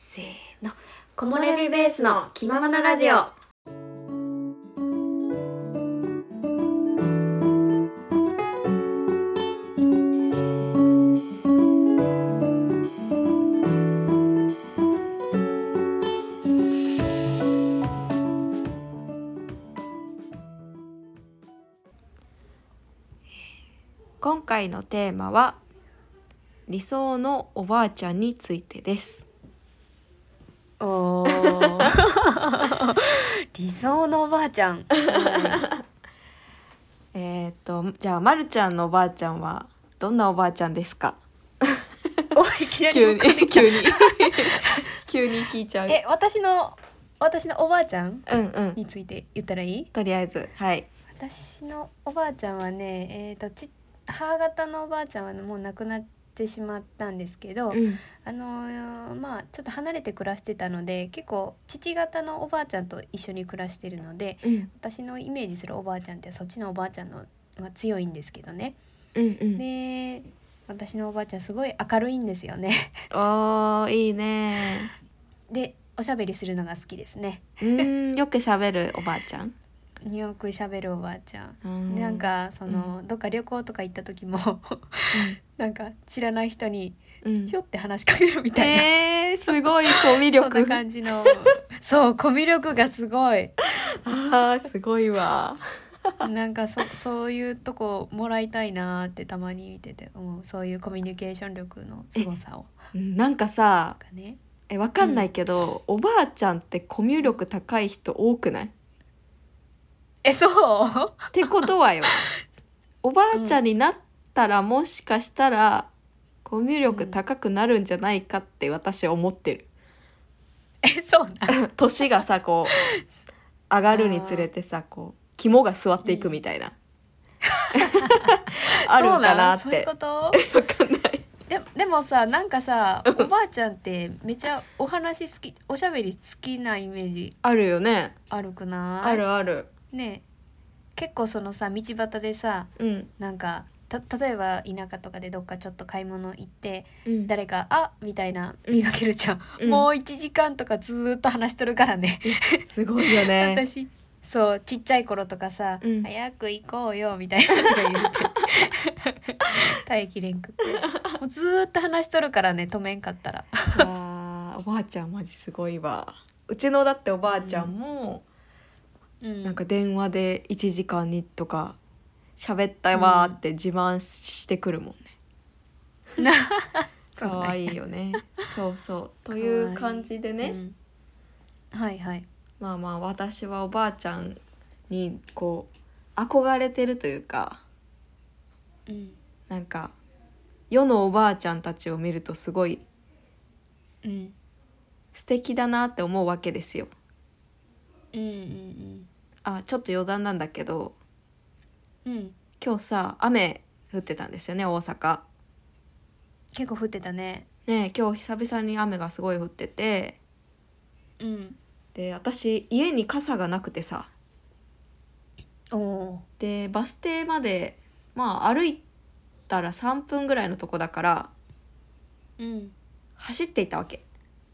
せーの、木漏れ日ベースの気ままなラジオ。 今回のテーマは理想のおばあちゃんについてです。 おー理想のおばあちゃん、 じゃあまるちゃんのおばあちゃんはどんなおばあちゃんですか？ おいきなり急にそっから来た急に聞いちゃう。 私のおばあちゃんうんについて言ったらいい？ とりあえずはい私のおばあちゃんはね、母方のおばあちゃんはもう亡くなってしまったんですけど、 うんまあちょっと離れて暮らしてたので、結構父方のおばあちゃんと一緒に暮らしてるので、 うん私のイメージするおばあちゃんってそっちのおばあちゃんのが強いんですけどね。 うんで、私のおばあちゃんすごい明るいんですよね。 おーいいね。 で、おしゃべりするのが好きですね。 よく喋るおばあちゃん。 よくしゃべるおばあちゃん。 うんなんかどっか旅行とか行った時もなんか知らない人にひょって話しかけるみたいな、 すごいコミュ力。 そんな感じのそうコミュ力がすごいすごいわ。 なんかそういうとこもらいたいなってたまに見てて思う。そういうコミュニケーション力のすごさをなんかさね、 わかんないけど、おばあちゃんってコミュ力高い人多くない？ そうってことはよおばあちゃんになったら、もしかしたらコミュ力高くなるんじゃないかって私は思ってる。 そうな年がさこう上がるにつれてさこう肝が座っていくみたいな、あるんかなって。 そういうことわかんない。 でもさ、なんかさおばあちゃんってめっちゃお話好き、おしゃべり好きなイメージあるよね。 あるくない？ あるある。 ね、結構そのさ道端でさ、なんか例えば田舎とかでどっかちょっと買い物行って、誰かあみたいな見かけるじゃん、もう1時間とかずっと話しとるからねすごいよね。 私そうちっちゃい頃とかさ、早く行こうよみたいなとか言って待機連くってもうずっと話しとるからね、止めんかったらおばあちゃんマジすごいわ。うちのだっておばあちゃんも、なんか電話で1時間にとか喋ったわって自慢してくるもんね。かわいいよね。そうそうという感じでね、 はいはい、 まあまあ私はおばあちゃんにこう憧れてるというか、なんか世のおばあちゃんたちを見るとすごい素敵だなって思うわけですよ。ちょっと余談なんだけど、今日さ雨降ってたんですよね、大阪。 結構降ってたね。 今日久々に雨がすごい降ってて、で私家に傘がなくてさ、でバス停までまあ歩いたら3分ぐらいのとこだから、走っていったわけ。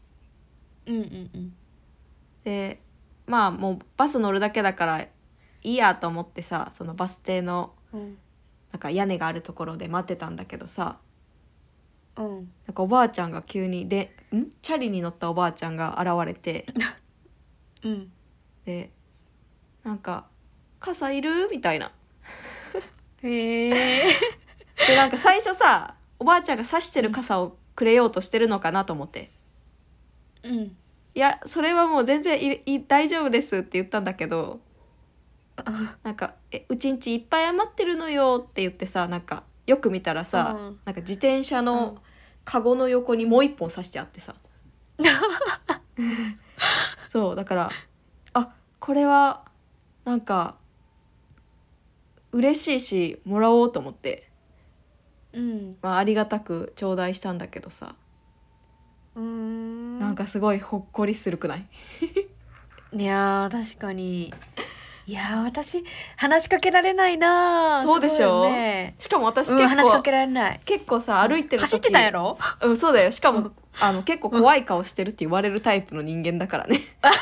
でまあもうバス乗るだけだからいいやと思ってさ、そのバス停のなんか屋根があるところで待ってたんだけどさ、なんかおばあちゃんが急にチャリに乗ったおばあちゃんが現れてでなんか傘いるみたいなでなんか最初さおばあちゃんが差してる傘をくれようとしてるのかなと思って、いやそれはもう全然大丈夫ですって言ったんだけど、なんかうちんちいっぱい余ってるのよって言ってさ、なんかよく見たらさ、なんか自転車のカゴの横にもう一本刺してあってさそうだからこれはなんか嬉しいしもらおうと思って、ありがたく頂戴したんだけどさ、なんかすごいほっこりするくない？ いや確かに。いや私話しかけられないな。 そうでしょ、 ね、 しかも私結構、 話しかけられない。 結構さ歩いてる時走ってたやろ？ そうだよ。しかも結構怖い顔してるって言われるタイプの人間だからね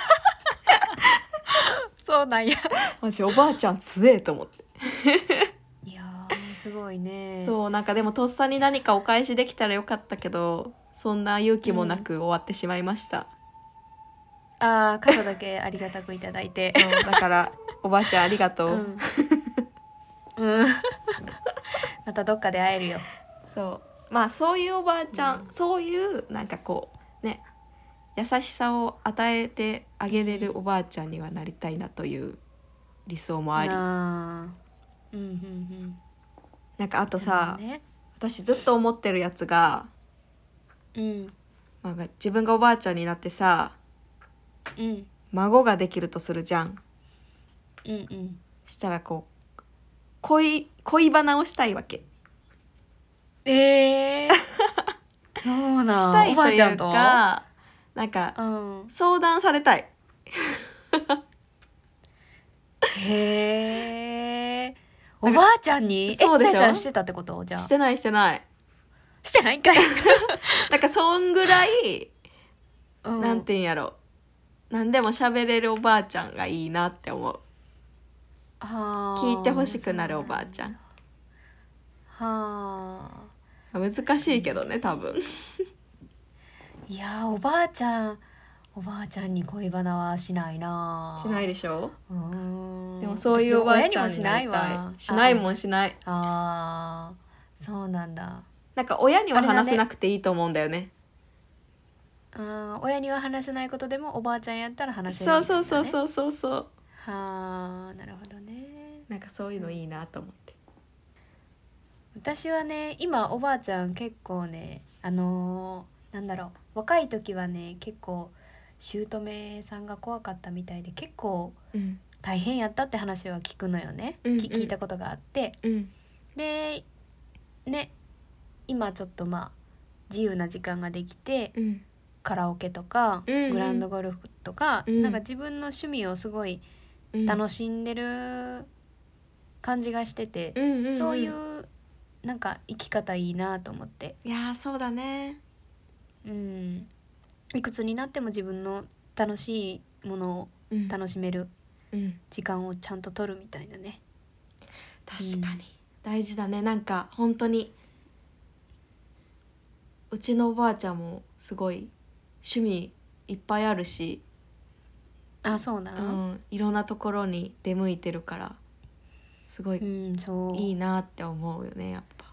そうなんや。 私おばあちゃん強えと思っていやすごいね。 そうなんかでもとっさに何かお返しできたらよかったけど、そんな勇気もなく終わってしまいました、 ああ、傘だけありがたくいただいてそうだからおばあちゃんありがとう、 またどっかで会えるよ。 そうまあそういうおばあちゃん、そういうなんかこうね優しさを与えてあげれるおばあちゃんにはなりたいなという理想もあり、なんかあとさ、私ずっと思ってるやつが、まあ、自分がおばあちゃんになってさ、孫ができるとするじゃん、したらこう恋バナをしたいわけ。 そうなしたいおばあちゃんというとかなんか、相談されたいへえ。おばあちゃんにそうでしょ。 さやちゃんしてたってこと？じゃあしてないしてないんかいなんかそんぐらい、なんていうんやろ、何でも喋れるおばあちゃんがいいなって思う。聞いてほしくなるおばあちゃん。難しいけどね多分いやおばあちゃんに恋バナはしないな。 しないでしょ。でもそういうおばあちゃんになりたい。しないもんしない。 そうなんだ。 なんか親には話せなくていいと思うんだよね。 親には話せないことでもおばあちゃんやったら話せるみたいな、ね、 そうなるほどね。 なんかそういうのいいなと思って、 私はね今おばあちゃん結構ねなんだろう、若い時はね結構姑さんが怖かったみたいで結構大変やったって話は聞くのよね、聞いたことがあって、でね今ちょっとまあ自由な時間ができて、カラオケとか、グランドゴルフとか、なんか自分の趣味をすごい楽しんでる感じがしてて、そういうなんか生き方いいなと思って。 いやそうだね。 いくつになっても自分の楽しいものを楽しめる時間をちゃんと取るみたいなね。 確かに、大事だね。なんか本当にうちのおばあちゃんもすごい趣味いっぱいあるし、 そうな、 いろんなところに出向いてるからすごいいいなって思うよねやっぱ。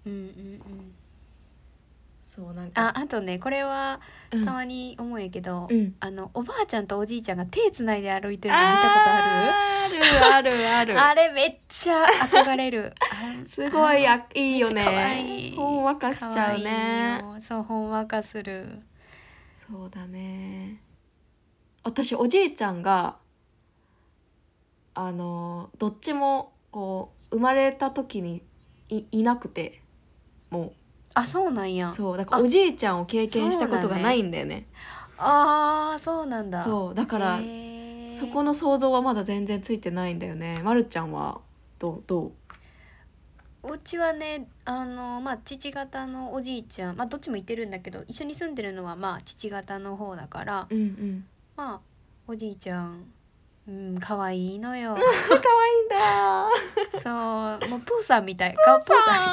そうなんかあとねこれはたまに思うんやけど、おばあちゃんとおじいちゃんが手つないで歩いてるの見たことある？ あるあれめっちゃ憧れるすごいいいよね。 かわいい。 ほんわかしちゃうね。 そうほんわかする。 そうだね。私おじいちゃんがどっちもこう生まれた時に いなくて、もうそうなんや。 そうだからおじいちゃんを経験したことがないんだよね。 そうなんだ。 そうだからそこの想像はまだ全然ついてないんだよね。まるちゃんはどう？ うちはね父方のおじいちゃん、どっちもいてるんだけど一緒に住んでるのは父方の方だから、おじいちゃん可愛いのよ可愛いんだそうもうプーさんみたい、プーさんみ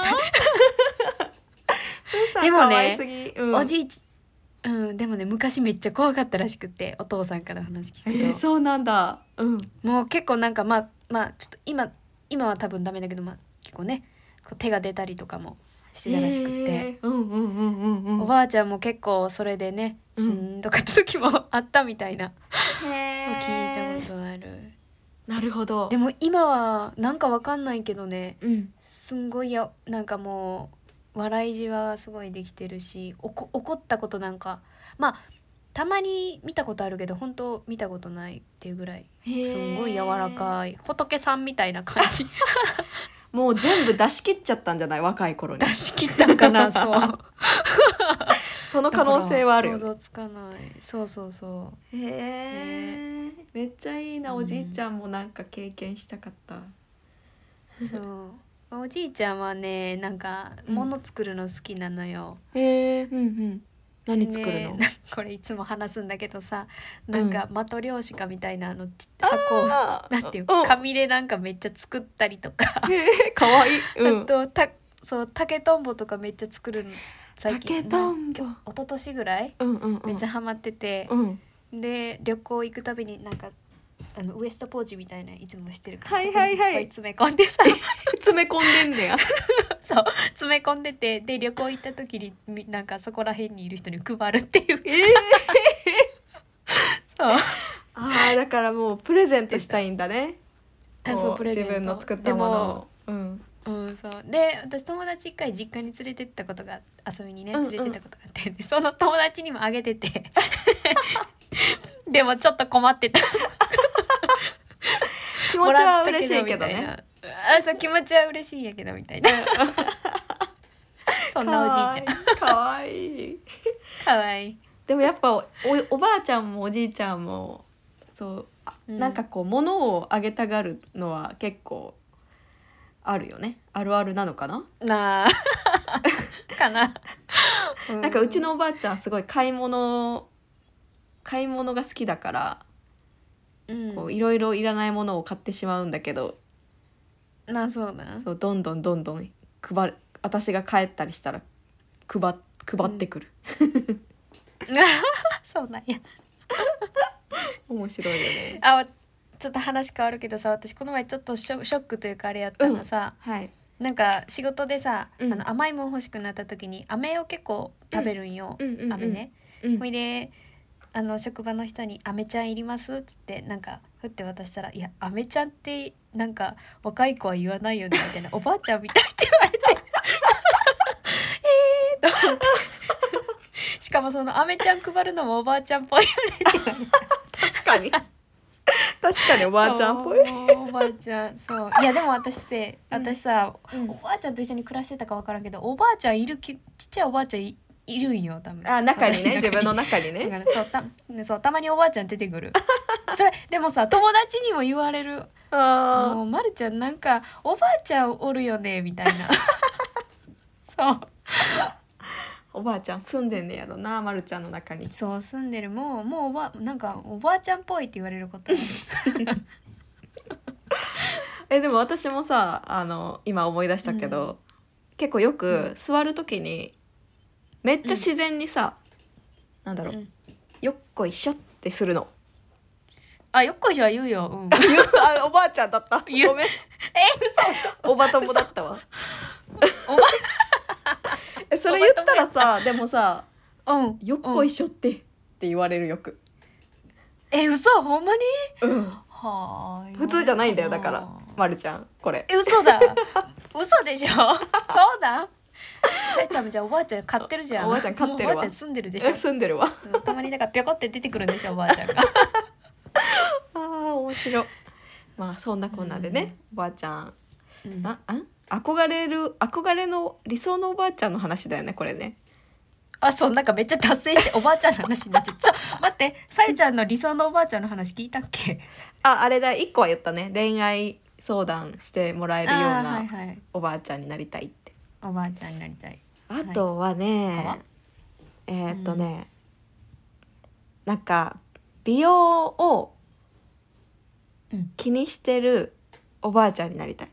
たいでもね、おじいちでもね昔めっちゃ怖かったらしくて、お父さんから話聞くと、 そうなんだ。 もう結構なんかちょっと今は多分ダメだけど結構ねこう手が出たりとかもしてたらしくて、おばあちゃんも結構それでねしんどかった時もあったみたいな聞いたことある。 なるほど。 でも今はなんかわかんないけどね、すんごいなんかもう笑いじわがすごいできてるし、怒ったことなんかたまに見たことあるけど本当見たことないっていうぐらいすんごい柔らかい仏さんみたいな感じもう全部出し切っちゃったんじゃない？若い頃に出し切ったんかなそうその可能性はあるよ、 想像つかない。そうめっちゃいいな。おじいちゃんもなんか経験したかった、 そうおじいちゃんはねなんか物作るの好きなのよ、 何作るの？ これいつも話すんだけどさ、なんか的漁師かみたいな箱をなんていう紙でなんかめっちゃ作ったりとかかわいい、 あとそう竹とんぼとかめっちゃ作るの最近。 竹とんぼ一昨年ぐらい、めっちゃハマってて、で旅行行くたびになんかウエストポーチみたいないつもしてるから、そこにいっぱい詰め込んでさ詰め込んでんねやそう詰め込んでて、で旅行行った時になんかそこら辺にいる人に配るっていう、 そうだからもうプレゼントしたいんだね。 そうプレゼント、 自分の作ったものを。 そうで、私友達一回実家に連れてったことが、遊びにね連れてったことがあって、でその友達にもあげててでもちょっと困ってた気持ちは嬉しいけどね。 そう気持ちは嬉しいんやけどみたいなそんなおじいちゃんかわいいかわいい。 でもやっぱ おばあちゃんもおじいちゃんもそう、なんかこう物をあげたがるのは結構あるよね。あるあるなのかなかな、 なんかうちのおばあちゃんすごい買い物が好きだから、こういろいろいらないものを買ってしまうんだけど、そうどんどん私が帰ったりしたら配ってくる、 そうなんや面白いよね。 ちょっと話変わるけどさ、私この前ちょっとショックというかあれやったのさ、なんか仕事でさ、甘いもん欲しくなった時に飴を結構食べるんよ、飴ね、ほいで職場の人に飴ちゃんいりますっつってなんか振って渡したら、いや飴ちゃんってなんか若い子は言わないよねみたいなおばあちゃんみたいって言われてと思ってしかもその飴ちゃん配るのもおばあちゃんっぽいよねって言われた確かにおばあちゃんっぽい。 おばあちゃん、そういやでも私さ、おばあちゃんと一緒に暮らしてたか分からんけど、おばあちゃんちっちゃいおばあちゃんいるんよ多分。 中にね、自分の中にね。 だからそうたまにおばあちゃん出てくるそれでもさ友達にも言われる、もうまるちゃんなんかおばあちゃんおるよねみたいなそうおばあちゃん住んでんねやろな、まるちゃんの中に。 そう住んでる、もうなんかおばあちゃんっぽいって言われることあるでも私もさ今思い出したけど、結構よく座る時にめっちゃ自然にさ、なんだろう、よっこいしょってするの。 よっこいしょは言うよ、 おばあちゃんだった、ごめん嘘おば友だったわそれ言ったらさ、でもさ、よっこいしょって言われるよく。 嘘ほんまに？ は普通じゃないんだよ、だからまるちゃんこれ。 嘘だ嘘でしょそうだ。さやちゃんもじゃあおばあちゃん飼ってるじゃん。 おばあちゃん飼ってるわ。 おばあちゃん住んでるでしょ。 住んでるわ。 たまにだからぴょこって出てくるんでしょおばあちゃんが面白い。まあそんなこんなでね、おばあちゃん、憧れの理想のおばあちゃんの話だよねこれね。 そうなんかめっちゃ達成しておばあちゃんの話になっちゃう。待って、さゆちゃんの理想のおばあちゃんの話聞いたっけ？ あれだ、1個は言ったね。恋愛相談してもらえるようなおばあちゃんになりたいって。 おばあちゃんになりたい。 あとはね、なんか美容を気にしてるおばあちゃんになりたい。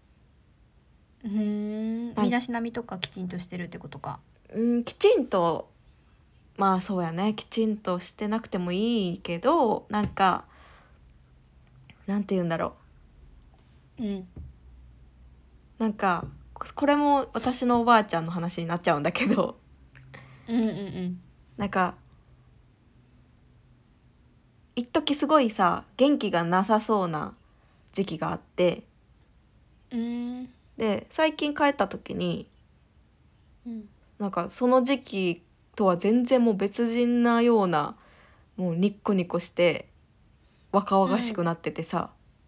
身だしなみとかきちんとしてるってことか。 きちんと、まあそうやね、きちんとしてなくてもいいけど、なんかなんて言うんだろう、なんかこれも私のおばあちゃんの話になっちゃうんだけど、なんか一時すごいさ元気がなさそうな時期があって、で最近帰った時に、なんかその時期とは全然もう別人なような、もうニッコニコして若々しくなっててさ、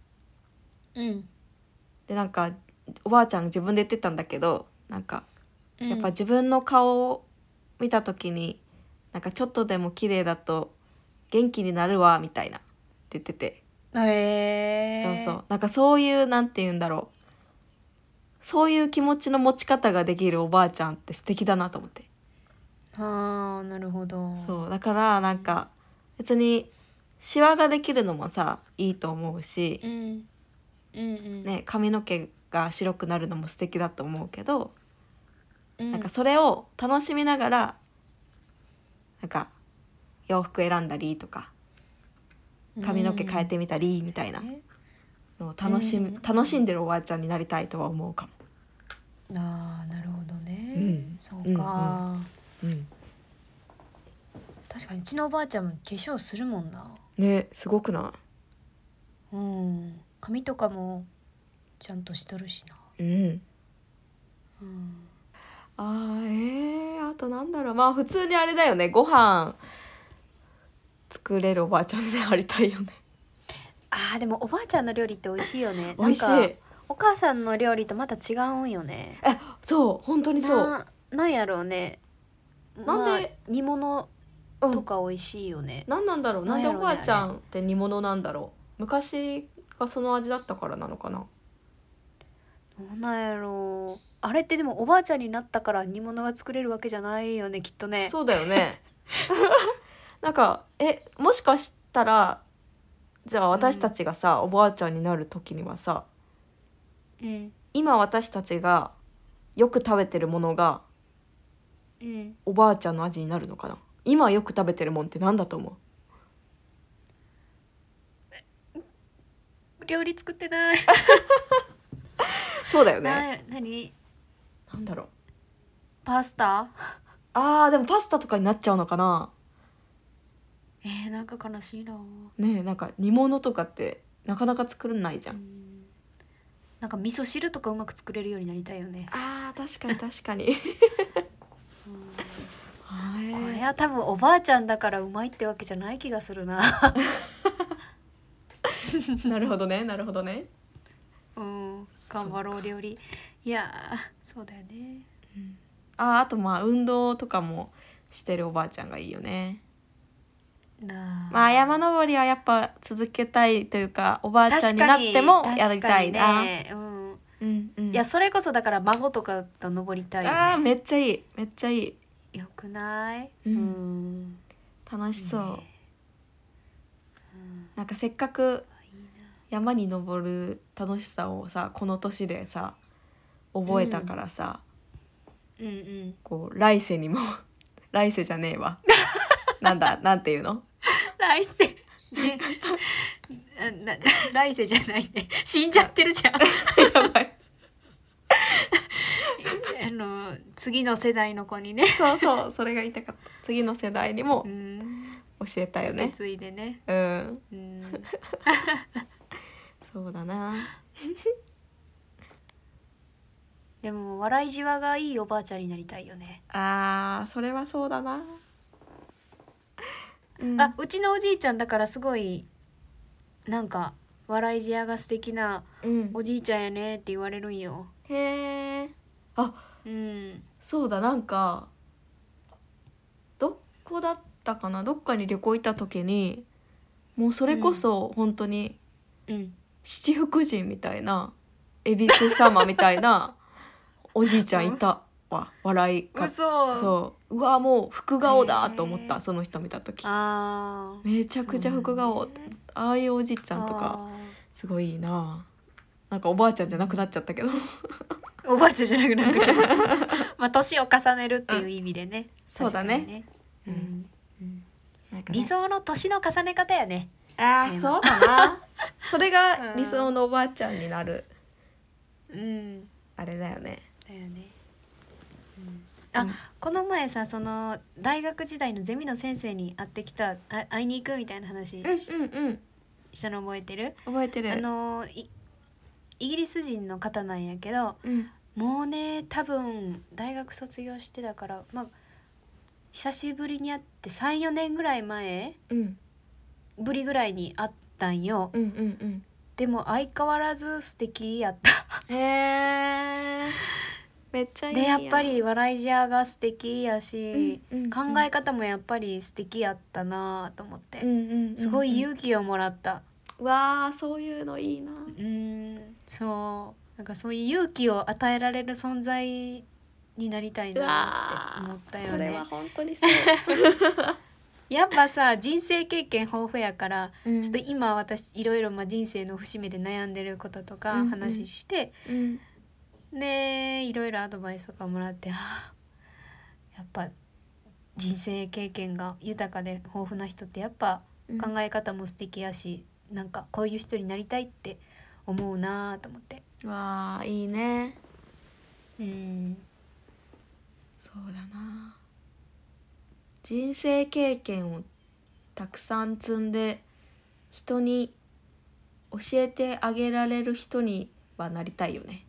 でなんかおばあちゃん自分で言ってたんだけど、なんかやっぱ自分の顔を見た時になんかちょっとでも綺麗だと元気になるわみたいなって言ってて、そうなんかそういうなんて言うんだろう、そういう気持ちの持ち方ができるおばあちゃんって素敵だなと思って。 ああ、なるほど。 そうだからなんか別にシワができるのもさいいと思うし、 うんうんうんね、髪の毛が白くなるのも素敵だと思うけど、 うんなんかそれを楽しみながらなんか洋服選んだりとか髪の毛変えてみたりみたいなのを楽しんでるおばあちゃんになりたいとは思うかも。 ああ、なるほどね、そううんか、 うん、 確かにうちのおばあちゃんも化粧するもんな。 ね、すごくない？ 髪とかもちゃんとしとるしな。 あとなんだろう、まあ普通にあれだよね、ご飯作れるおばあちゃんでありたいよね。 でもおばあちゃんの料理って美味しいよね。 美味しい。 なんかお母さんの料理とまた違うんよね。 そう本当にそう。 なんやろうね。 なんで、 煮物とか美味しいよね。 なんだろう、なんでおばあちゃんって煮物なんだろう。昔がその味だったからなのかな。 どうなんやろう。あれってでもおばあちゃんになったから煮物が作れるわけじゃないよね、きっとね。 そうだよね。なんかもしかしたらじゃあ私たちがさ、おばあちゃんになる時にはさ、今私たちがよく食べてるものがおばあちゃんの味になるのかな。今よく食べてるもんって何だと思う？ 料理作ってない。 そうだよね。 何なんだろう。 パスタ？ でもパスタとかになっちゃうのかな。 なんか悲しいな。 ねえ、なんか煮物とかってなかなか作れないじゃん。 なんか味噌汁とかうまく作れるようになりたいよね。 確かに確かに。 これは多分おばあちゃんだからうまいってわけじゃない気がするな。 なるほどね、なるほどね。 頑張ろう料理。いやそうだよね。 あとまあ運動とかもしてるおばあちゃんがいいよね。まあ山登りはやっぱ続けたいというか、おばあちゃんになってもやりたいな。 いやそれこそだから孫とかと登りたいよね。 めっちゃいい、めっちゃいい。 よくない？ 楽しそう。なんかせっかく山に登る楽しさをさこの年でさ覚えたからさ、こう来世にも来世じゃねえわ。なんていうの？ 来世ね。来世じゃないね。死んじゃってるじゃん。 やばい。 次の世代の子にね。 そうそれが言いたかった。次の世代にも教えたよね。 受け継いでね。 そうだな。 でも笑いじわがいいおばあちゃんになりたいよね。 それはそうだな。 うちのおじいちゃんだからすごいなんか笑いじわが素敵なおじいちゃんやねって言われるんよ。 へえ。そうだ、なんかどこだったかな、どっかに旅行行った時にもうそれこそ本当に七福神みたいな、恵比寿様みたいなおじいちゃんいたわ。笑いがうわもう福顔だと思った、その人見た時。めちゃくちゃ福顔って思った。ああいうおじいちゃんとかすごいいいな。なんかおばあちゃんじゃなくなっちゃったけど。 おばあちゃんじゃなくなったけどまあ年を重ねるっていう意味でね。 そうだね。 理想の年の重ね方やね。 そうだな。それが理想のおばあちゃんになる、あれだよね。 この前さ、その大学時代のゼミの先生に会いに行くみたいな話したの覚えてる？ 覚えてる。 イギリス人の方なんやけど、もうね多分大学卒業してだから、久しぶりに会って3、4年ぐらい前、ぶりぐらいに会ったんよ。でも相変わらず素敵やった。 めっちゃいいや。 でやっぱり笑いじわが素敵やし、考え方もやっぱり素敵やったなと思って、すごい勇気をもらった。 そういうのいいな。 そうなんかそういう勇気を与えられる存在になりたいなって思ったよね。 それは本当にそうやっぱさ人生経験豊富やから、ちょっと今私いろいろ人生の節目で悩んでることとか話して、でいろいろアドバイスとかもらって、やっぱ人生経験が豊かで豊富な人ってやっぱ考え方も素敵やし、なんかこういう人になりたいって思うなと思って。 わあいいね。 そうだな。人生経験をたくさん積んで人に教えてあげられる人にはなりたいよね。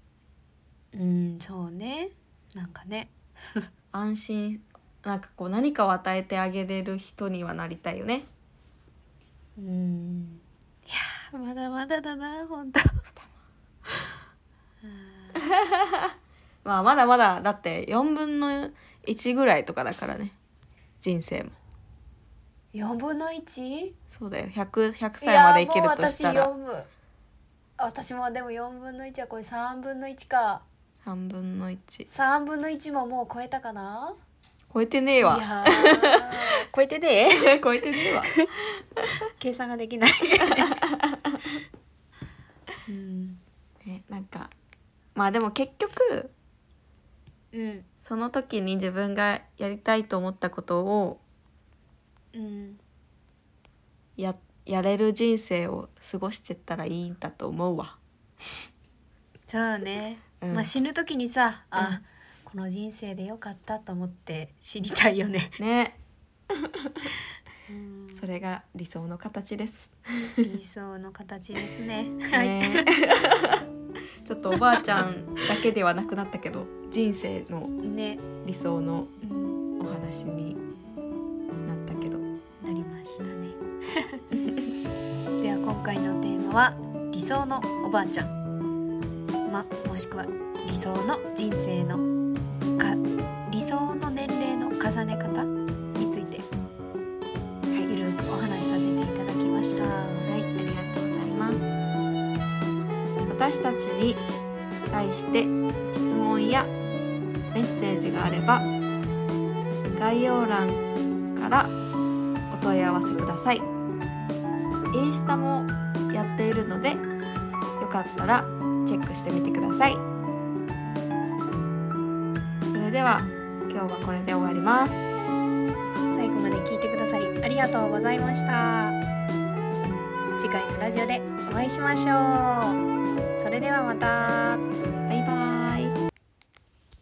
そうね。なんかね安心、なんかこう何かを与えてあげれる人にはなりたいよね。 いやまだまだだな本当まだまだだって4分の1ぐらいとかだからね、人生も。 4分の 1？ そうだよ。100歳まで生きるとしたら。 私もでも4分の1はこれ3分の1か。 3分の1。 3分の1ももう超えたかな？ 超えてねえわ。 いや超えてねえ超えてねえわ。 計算ができないね、なんかでも結局、その時に自分がやりたいと思ったことを、やれる人生を過ごしてったらいいんだと思うわ。 そうね、死ぬ時にさ、この人生でよかったと思って死にたいよね。 ねそれが理想の形です。 理想の形ですね。 ねちょっとおばあちゃんだけではなくなったけど、人生の理想のお話になったけど、 なりましたね。では今回のテーマは理想のおばあちゃん、もしくは理想の人生の理想の年齢の重ね方について、ゆるくお話しさせていただきました。 はい、ありがとうございます。私たちに対して質問やメッセージがあれば概要欄からお問い合わせください。インスタもやっているので、よかったらチェックしてみてください。それでは今日はこれで終わります。 最後まで聞いてくださりありがとうございました。次回のラジオでお会いしましょう。それではまた。 バイバイ。